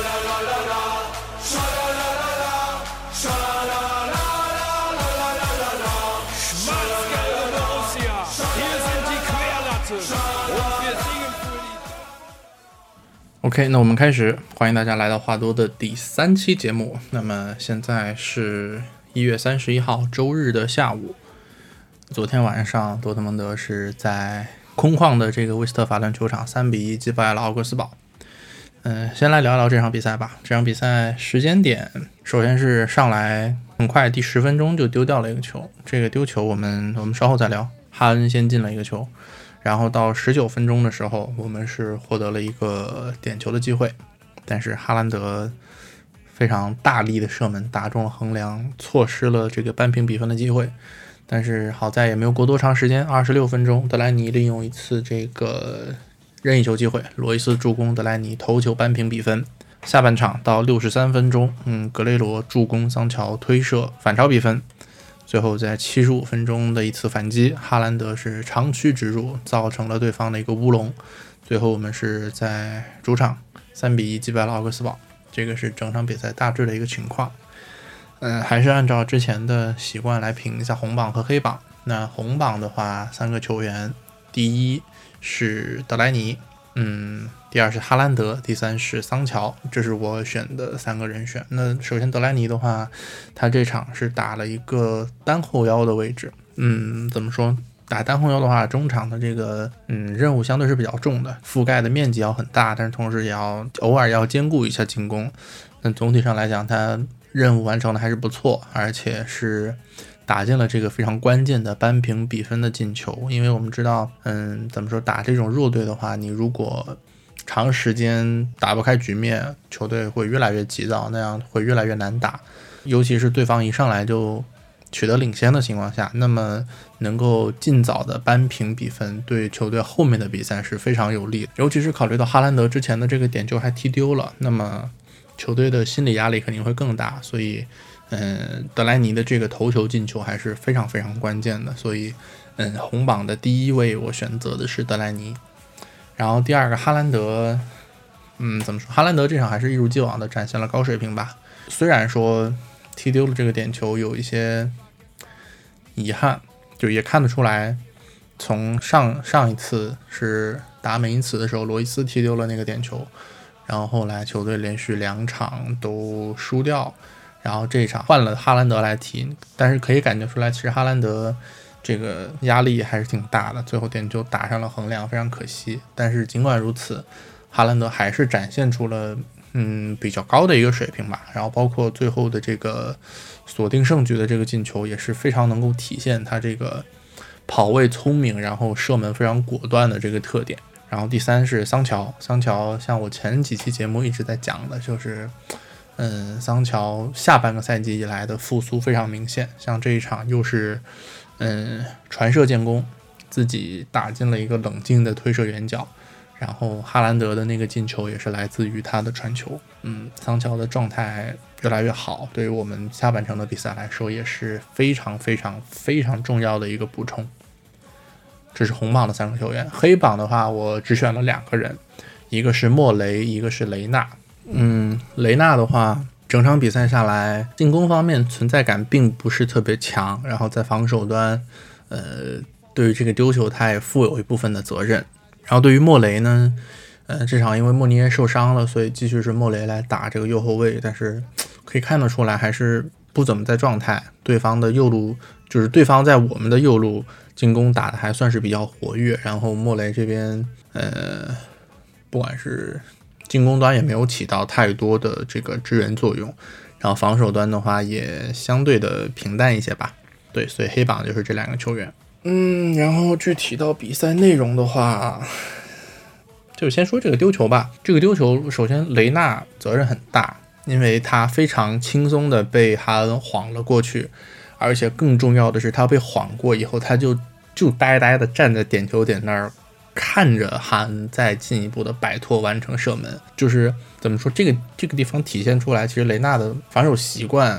OK， 那我们开始，欢迎大家来到话多的第3期节目。那么现在是1月31号周日的下午。昨天晚上，多特蒙德是在空旷的这个威斯特法伦球场3-1击败了奥格斯堡。先来聊聊这场比赛吧。这场比赛时间点，首先是上来很快第10分钟就丢掉了一个球，这个丢球我们稍后再聊。哈恩先进了一个球。然后到19分钟的时候，我们是获得了一个点球的机会，但是哈兰德非常大力的射门打中了横梁，错失了这个扳平比分的机会。但是好在也没有过多长时间，26分钟，德莱尼利用一次这个任意球机会，罗伊斯助攻，德莱尼头球扳平比分。下半场到63分钟，格雷罗助攻桑乔推射反超比分。最后在75分钟的一次反击，哈兰德是长驱直入，造成了对方的一个乌龙。最后我们是在主场3-1击败了奥格斯堡，这个是整场比赛大致的一个情况。还是按照之前的习惯来评一下红榜和黑榜。那红榜的话，3个球员，第一是德莱尼，第二是哈兰德，第三是桑乔，这是我选的3个人选。那首先德莱尼的话，他这场是打了一个单后腰的位置。怎么说？打单后腰的话，中场的这个任务相对是比较重的，覆盖的面积要很大，但是同时也要偶尔要兼顾一下进攻。那总体上来讲，他任务完成的还是不错，而且是打进了这个非常关键的扳平比分的进球。因为我们知道，怎么说，打这种弱队的话，你如果长时间打不开局面，球队会越来越急躁，那样会越来越难打。尤其是对方一上来就取得领先的情况下，那么能够尽早的扳平比分，对球队后面的比赛是非常有利的。尤其是考虑到哈兰德之前的这个点球还踢丢了，那么球队的心理压力肯定会更大。所以德莱尼的这个头球进球还是非常非常关键的。所以红榜的第一位我选择的是德莱尼。然后第二个哈兰德，怎么说？哈兰德这场还是一如既往的展现了高水平吧。虽然说踢丢了这个点球有一些遗憾，就也看得出来，从上一次是打美因茨的时候，罗伊斯踢丢了那个点球，然后后来球队连续2场都输掉，然后这一场换了哈兰德来踢，但是可以感觉出来，其实哈兰德这个压力还是挺大的，最后点球打上了横梁，非常可惜。但是尽管如此，哈兰德还是展现出了比较高的一个水平吧。然后包括最后的这个锁定胜局的这个进球，也是非常能够体现他这个跑位聪明，然后射门非常果断的这个特点。然后第三是桑乔，像我前几期节目一直在讲的，就是桑乔下半个赛季以来的复苏非常明显，像这一场又是传射建功，自己打进了一个冷静的推射远角，然后哈兰德的那个进球也是来自于他的传球。桑乔的状态越来越好，对于我们下半程的比赛来说也是非常非常非常重要的一个补充。这是红榜的3个球员。黑榜的话，我只选了2个人，一个是莫雷，一个是雷纳。雷纳的话，整场比赛下来，进攻方面存在感并不是特别强，然后在防守端，对于这个丢球他也负有一部分的责任。然后对于莫雷呢，这场因为莫尼耶受伤了，所以继续是莫雷来打这个右后卫，但是可以看得出来还是不怎么在状态。对方的右路，就是对方在我们的右路进攻打的还算是比较活跃，然后莫雷这边不管是进攻端也没有起到太多的这个支援作用，然后防守端的话也相对的平淡一些吧。对，所以黑榜就是这2个球员。然后具体到比赛内容的话，就先说这个丢球吧。这个丢球首先雷纳责任很大，因为他非常轻松的被哈恩晃了过去，而且更重要的是他被晃过以后，他就呆呆的站在点球点那儿，看着哈恩再进一步的摆脱完成射门。就是怎么说，这个地方体现出来，其实雷纳的防守习惯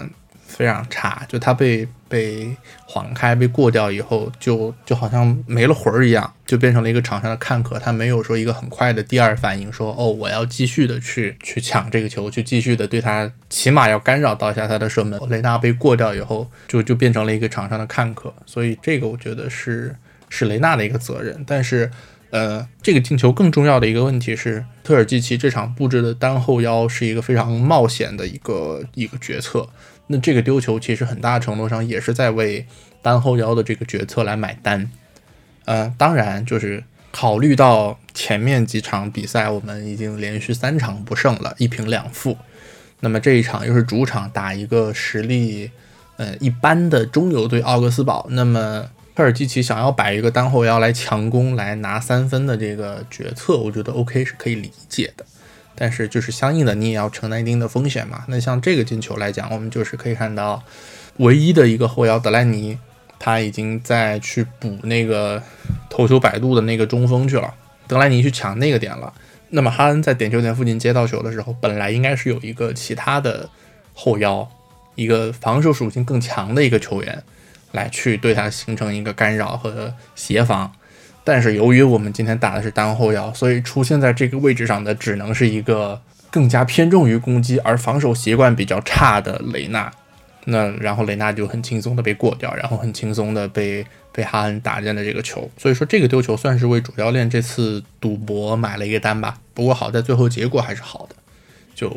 非常差，就他被晃开被过掉以后就好像没了魂儿一样，就变成了一个场上的看客，他没有说一个很快的第二反应说我要继续的去抢这个球，去继续的对他起码要干扰到一下他的射门。雷纳被过掉以后就变成了一个场上的看客，所以这个我觉得是雷纳的一个责任。但是这个进球更重要的一个问题是，特尔季奇这场布置的单后腰是一个非常冒险的一个决策。那这个丢球其实很大程度上也是在为单后腰的这个决策来买单。当然就是考虑到前面几场比赛我们已经连续3场不胜了，1平2负，那么这一场又是主场打一个实力一般的中游队奥格斯堡，那么特尔季奇想要摆一个单后腰来强攻来拿3分的这个决策，我觉得 OK 是可以理解的。但是就是相应的你也要承担一定的风险嘛。那像这个进球来讲，我们就是可以看到唯一的一个后腰德莱尼他已经在去补那个头球摆渡的那个中锋去了，德莱尼去抢那个点了。那么哈恩在点球点附近接到球的时候，本来应该是有一个其他的后腰，一个防守属性更强的一个球员来去对他形成一个干扰和协防，但是由于我们今天打的是单后腰，所以出现在这个位置上的只能是一个更加偏重于攻击而防守习惯比较差的雷纳。那然后雷纳就很轻松的被过掉，然后很轻松的被哈恩打进了这个球。所以说这个丢球算是为主教练这次赌博买了一个单吧。不过好在最后结果还是好的，就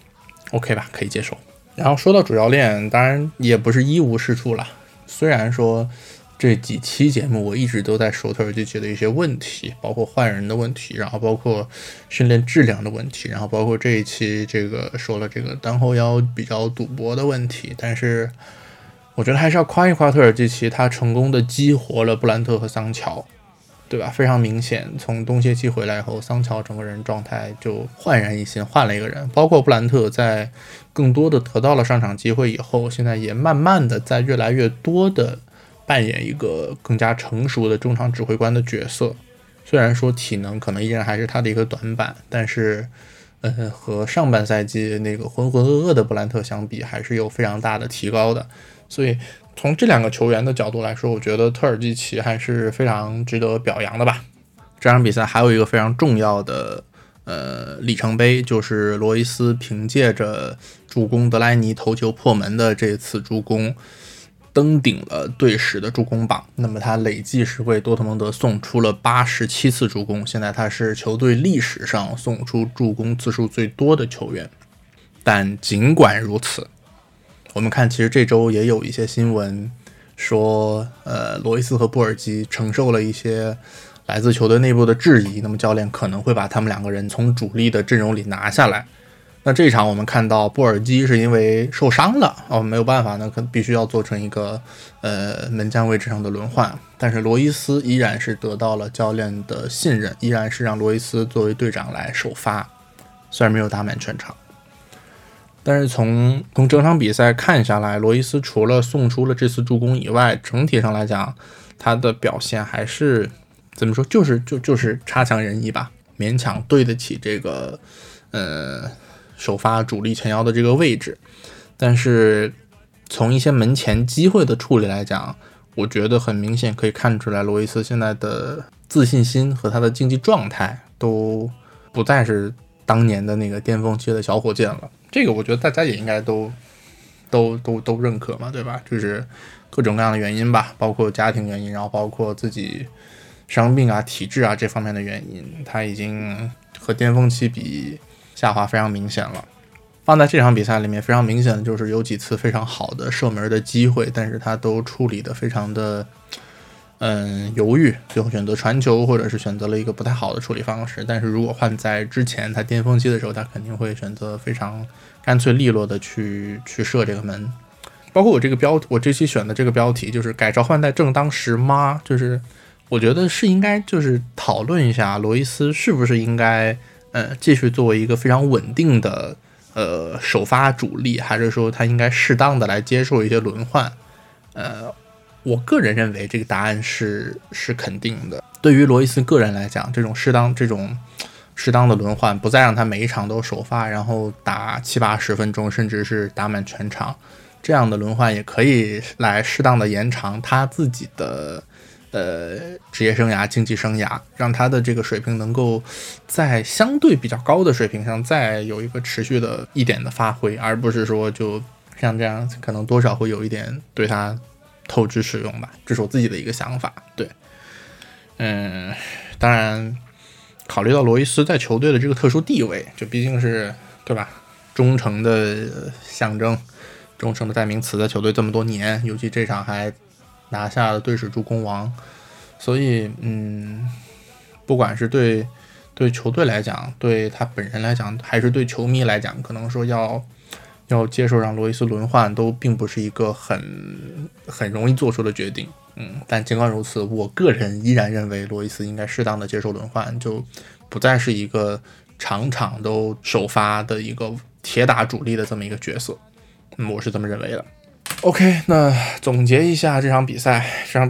OK 吧，可以接受。然后说到主教练，当然也不是一无是处了。虽然说这几期节目我一直都在说特尔季奇的一些问题，包括换人的问题，然后包括训练质量的问题，然后包括这一期这个说了这个单后腰比较赌博的问题，但是我觉得还是要夸一夸特尔季奇，他成功的激活了布兰特和桑乔，对吧？非常明显，从冬歇期回来后，桑乔整个人状态就焕然一新，换了一个人。包括布兰特在更多的得到了上场机会以后，现在也慢慢的在越来越多的扮演一个更加成熟的中场指挥官的角色。虽然说体能可能依然还是他的一个短板，但是和上半赛季那个浑浑噩噩的布兰特相比，还是有非常大的提高的。所以从这两个球员的角度来说，我觉得特尔季奇还是非常值得表扬的吧。这场比赛还有一个非常重要的里程碑，就是罗伊斯凭借着助攻德莱尼头球破门的这次助攻登顶了队史的助攻榜，那么他累计是为多特蒙德送出了87次助攻，现在他是球队历史上送出助攻次数最多的球员。但尽管如此，我们看其实这周也有一些新闻说罗伊斯和布尔基承受了一些来自球队内部的质疑，那么教练可能会把他们两个人从主力的阵容里拿下来。那这一场我们看到布尔基是因为受伤了没有办法呢，可能必须要做成一个门将位置上的轮换，但是罗伊斯依然是得到了教练的信任，依然是让罗伊斯作为队长来首发，虽然没有打满全场。但是从整场比赛看下来，罗伊斯除了送出了这次助攻以外，整体上来讲他的表现还是怎么说，就是差强人意吧，勉强对得起这个首发主力前腰的这个位置。但是从一些门前机会的处理来讲，我觉得很明显可以看出来，罗伊斯现在的自信心和他的竞技状态都不再是当年的那个巅峰期的小火箭了。这个我觉得大家也应该都认可嘛，对吧？就是各种各样的原因吧，包括家庭原因，然后包括自己伤病啊、体质啊这方面的原因，他已经和巅峰期比下滑非常明显了。放在这场比赛里面，非常明显的就是有几次非常好的射门的机会，但是他都处理的非常的犹豫，最后选择传球，或者是选择了一个不太好的处理方式。但是如果换在之前他巅峰期的时候，他肯定会选择非常干脆利落的去射这个门。包括我这期选的这个标题就是改朝换代正当时吗？就是我觉得是应该就是讨论一下罗伊斯是不是应该继续作为一个非常稳定的首发主力，还是说他应该适当的来接受一些轮换。我个人认为这个答案是肯定的。对于罗伊斯个人来讲，这种适当的轮换，不再让他每一场都首发，然后打70-80分钟，甚至是打满全场， 这样的轮换也可以来适当的延长他自己的职业生涯、竞技生涯，让他的这个水平能够在相对比较高的水平上再有一个持续的一点的发挥，而不是说就像这样可能多少会有一点对他透支使用吧，这是我自己的一个想法。对，当然考虑到罗伊斯在球队的这个特殊地位，就毕竟是对吧，忠诚的象征，忠诚的代名词，在球队这么多年，尤其这场还拿下了队史助攻王，所以不管是对球队来讲，对他本人来讲，还是对球迷来讲，可能说要接受让罗伊斯轮换，都并不是一个很容易做出的决定。但尽管如此，我个人依然认为罗伊斯应该适当的接受轮换，就不再是一个场场都首发的一个铁打主力的这么一个角色。我是这么认为的。OK， 那总结一下这场比赛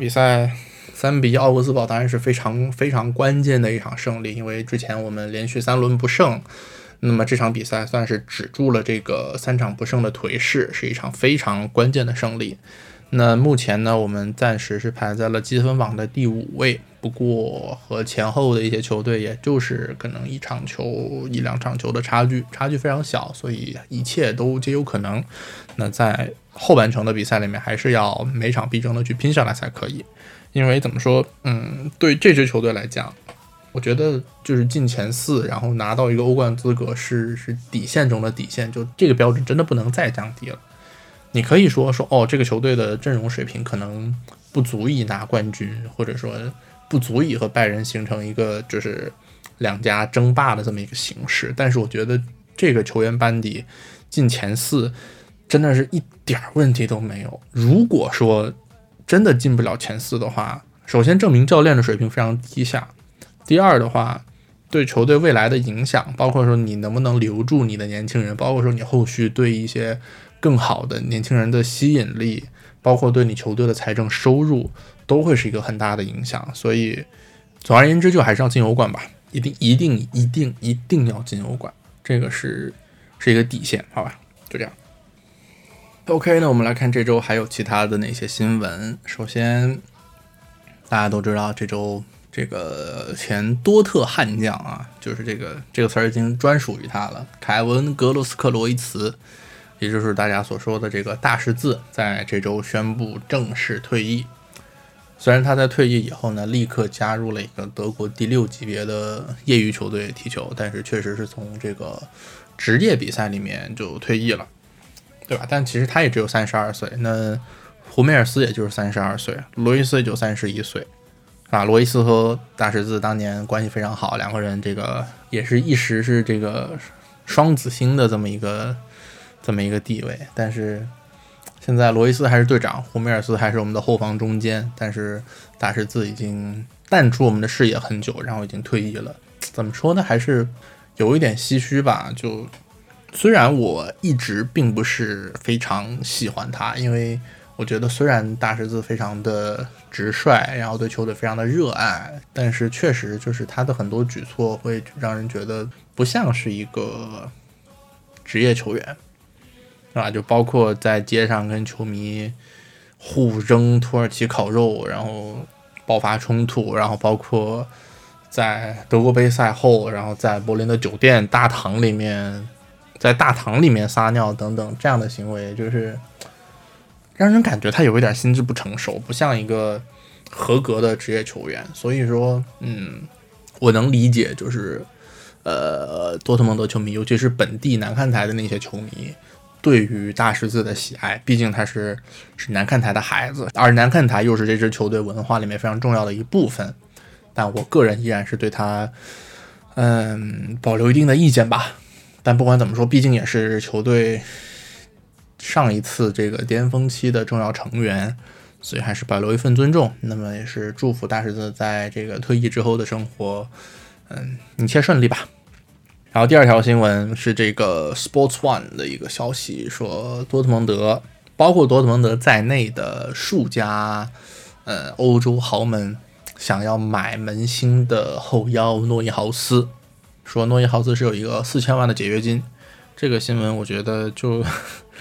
3-1奥格斯堡当然是非常非常关键的一场胜利，因为之前我们连续3轮不胜，那么这场比赛算是止住了这个3场不胜的颓势，是一场非常关键的胜利。那目前呢，我们暂时是排在了积分榜的第5位，不过和前后的一些球队也就是可能1场球1-2场球的差距非常小，所以一切都皆有可能。那在后半程的比赛里面，还是要每场必争的去拼下来才可以。因为怎么说，对这支球队来讲，我觉得就是进前4，然后拿到一个欧冠资格是底线中的底线，就这个标准真的不能再降低了。你可以说这个球队的阵容水平可能不足以拿冠军，或者说不足以和拜仁形成一个就是两家争霸的这么一个形式，但是我觉得这个球员班底进前4真的是一点问题都没有。如果说真的进不了前4的话，首先证明教练的水平非常低下，第二的话，对球队未来的影响，包括说你能不能留住你的年轻人，包括说你后续对一些更好的年轻人的吸引力，包括对你球队的财政收入，都会是一个很大的影响。所以总而言之，就还是要进欧冠吧，一定要进欧冠，这个是一个底线，好吧，就这样。OK， 那我们来看这周还有其他的哪些新闻。首先大家都知道这周这个前多特悍将啊，就是这个词儿已经专属于他了，凯文格罗斯克罗伊茨，也就是大家所说的这个大十字，在这周宣布正式退役。虽然他在退役以后呢，立刻加入了一个德国第6级别的业余球队踢球，但是确实是从这个职业比赛里面就退役了，对吧？但其实他也只有32岁，那胡梅尔斯也就是32岁，罗伊斯也就31岁啊。罗伊斯和大十字当年关系非常好，两个人这个也是一时是这个双子星的这么一个地位，但是现在罗伊斯还是队长，胡梅尔斯还是我们的后防中坚，但是大十字已经淡出我们的视野很久，然后已经退役了。怎么说呢，还是有一点唏嘘吧。就虽然我一直并不是非常喜欢他，因为我觉得虽然大十字非常的直率，然后对球队非常的热爱，但是确实就是他的很多举措会让人觉得不像是一个职业球员啊，就包括在街上跟球迷互扔土耳其烤肉，然后爆发冲突，然后包括在德国杯赛后，然后在柏林的酒店大堂里面撒尿等等，这样的行为就是让人感觉他有一点心智不成熟，不像一个合格的职业球员。所以说我能理解就是多特蒙德球迷，尤其是本地南看台的那些球迷对于大十字的喜爱，毕竟他是南看台的孩子，而南看台又是这支球队文化里面非常重要的一部分。但我个人依然是对他保留一定的意见吧。但不管怎么说，毕竟也是球队上一次这个巅峰期的重要成员，所以还是保留一份尊重。那么也是祝福大十字在这个退役之后的生活一切顺利吧。然后第二条新闻是这个 Sports One 的一个消息，说多特蒙德，包括多特蒙德在内的数家欧洲豪门想要买门兴的后腰诺伊豪斯，说诺伊豪斯是有一个4000万的解约金。这个新闻我觉得就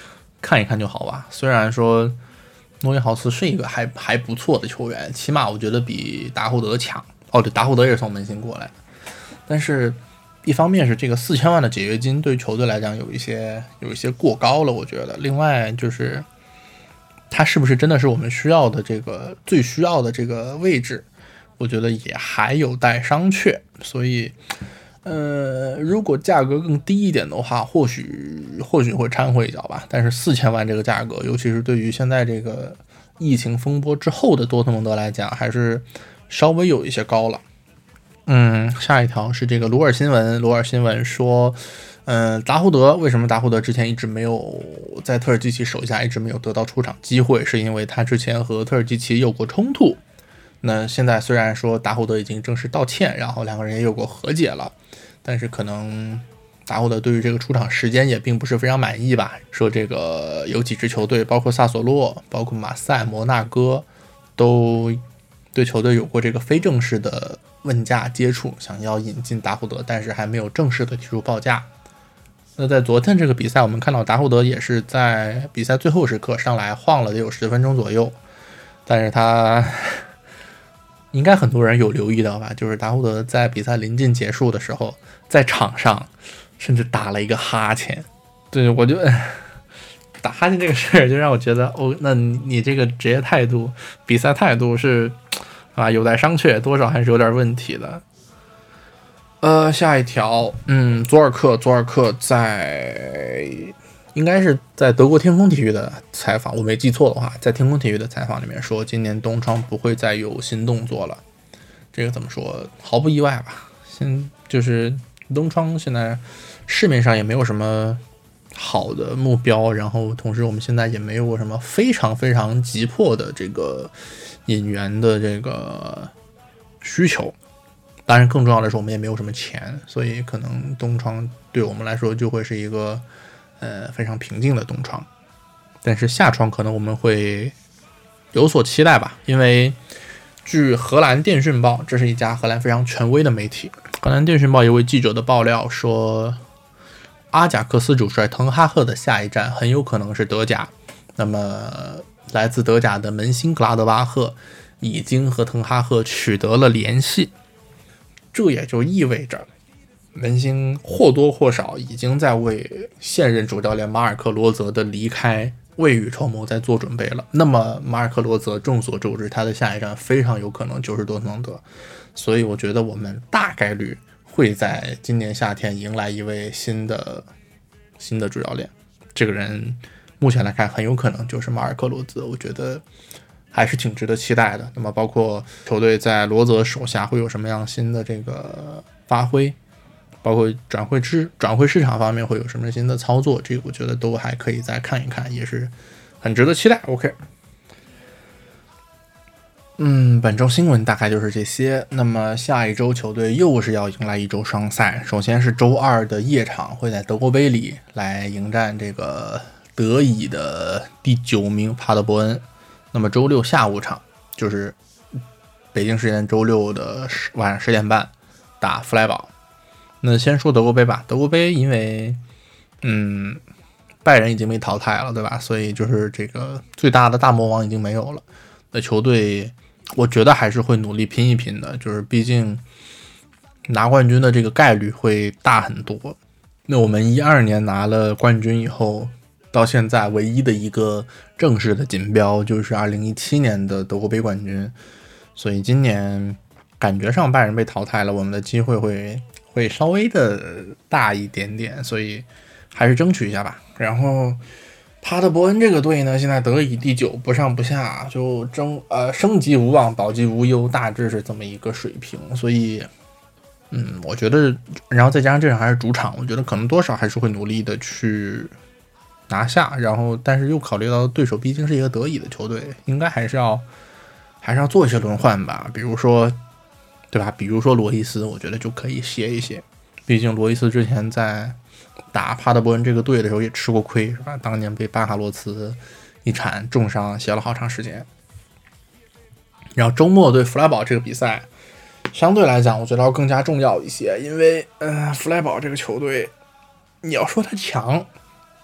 看一看就好吧。虽然说诺伊豪斯是一个还不错的球员，起码我觉得比达胡德强。哦，对，达胡德也是从门兴过来的，但是一方面是这个4000万的解约金对球队来讲有一些过高了，我觉得。另外就是他是不是真的是我们需要的这个最需要的这个位置，我觉得也还有待商榷。所以如果价格更低一点的话，或许会掺和一脚吧。但是4000万这个价格，尤其是对于现在这个疫情风波之后的多特蒙德来讲，还是稍微有一些高了。下一条是这个鲁尔新闻说，达胡德为什么达胡德之前一直没有在特尔基奇手下一直没有得到出场机会，是因为他之前和特尔基奇有过冲突。那现在虽然说达胡德已经正式道歉，然后两个人也有过和解了，但是可能达胡德对于这个出场时间也并不是非常满意吧。说这个有几支球队，包括萨索洛、包括马赛、摩纳哥，都对球队有过这个非正式的问价接触，想要引进达胡德，但是还没有正式的提出报价。那在昨天这个比赛，我们看到达胡德也是在比赛最后时刻上来晃了得有10分钟左右，但是他应该很多人有留意到吧，就是达胡德在比赛临近结束的时候，在场上甚至打了一个哈欠。对，我就打哈欠这个事儿就让我觉得，那你这个职业态度、比赛态度是有待商榷，多少还是有点问题的。下一条，佐尔克在应该是在德国天空体育的采访，我没记错的话，在天空体育的采访里面说，今年冬窗不会再有新动作了。这个怎么说？毫不意外吧。就是冬窗现在市面上也没有什么好的目标，然后同时我们现在也没有什么非常非常急迫的这个引援的这个需求。当然更重要的是我们也没有什么钱，所以可能冬窗对我们来说就会是一个非常平静的冬窗。但是夏窗可能我们会有所期待吧，因为据荷兰电讯报，这是一家荷兰非常权威的媒体，荷兰电讯报一位记者的爆料说，阿贾克斯主帅滕哈赫的下一站很有可能是德甲。那么来自德甲的门兴格拉德巴赫已经和滕哈赫取得了联系，这也就意味着门兴或多或少已经在为现任主教练马尔克罗泽的离开未雨绸缪，在做准备了。那么马尔克罗泽众所周知，他的下一站非常有可能就是多特蒙德，所以我觉得我们大概率会在今年夏天迎来一位新的主教练。这个人目前来看很有可能就是马尔克罗泽，我觉得还是挺值得期待的。那么包括球队在罗泽手下会有什么样新的这个发挥，包括转会市场方面会有什么新的操作，这个我觉得都还可以再看一看，也是很值得期待。 OK， 本周新闻大概就是这些。那么下一周球队又是要迎来一周双赛，首先是周二的夜场会在德国杯里来迎战这个德乙的第9名帕德伯恩。那么周六下午场就是北京时间周六的晚上10点半打弗莱堡。那先说德国杯吧，德国杯因为拜仁已经被淘汰了，对吧？所以就是这个最大的大魔王已经没有了。那球队我觉得还是会努力拼一拼的，就是毕竟拿冠军的这个概率会大很多。那我们12年拿了冠军以后，到现在唯一的一个正式的锦标就是2017年的德国杯冠军，所以今年感觉上拜仁被淘汰了，我们的机会会稍微的大一点点，所以还是争取一下吧。然后帕德伯恩这个队呢，现在德乙第9，不上不下，就升级无望，保级无忧，大致是这么一个水平。所以我觉得，然后再加上这场还是主场，我觉得可能多少还是会努力的去拿下。然后但是又考虑到对手毕竟是一个德乙的球队，应该还是要做一些轮换吧，比如说对吧？比如说罗伊斯，我觉得就可以歇一歇。毕竟罗伊斯之前在打帕德伯恩这个队的时候也吃过亏，是吧？当年被巴卡洛茨一铲重伤，歇了好长时间。然后周末对弗莱堡这个比赛，相对来讲，我觉得要更加重要一些，因为弗莱堡这个球队，你要说他强，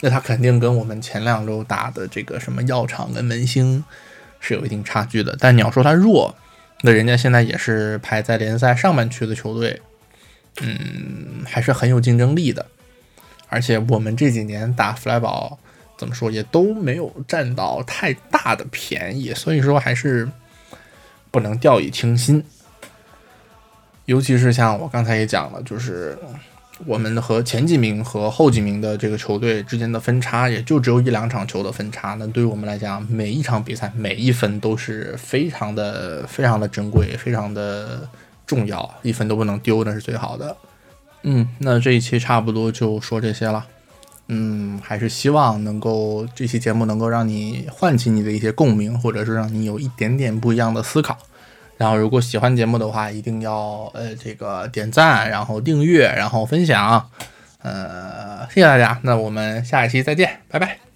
那他肯定跟我们前2周打的这个什么药厂跟门兴是有一定差距的。但你要说他弱，那人家现在也是排在联赛上半区的球队，还是很有竞争力的。而且我们这几年打弗莱堡怎么说也都没有占到太大的便宜，所以说还是不能掉以轻心。尤其是像我刚才也讲了，就是我们和前几名和后几名的这个球队之间的分差也就只有1-2场球的分差，那对于我们来讲，每一场比赛每一分都是非常的珍贵，非常的重要，一分都不能丢，那是最好的。那这一期差不多就说这些了。还是希望这期节目能够让你唤起你的一些共鸣，或者是让你有一点点不一样的思考。然后如果喜欢节目的话，一定要这个点赞，然后订阅，然后分享。谢谢大家，那我们下一期再见，拜拜。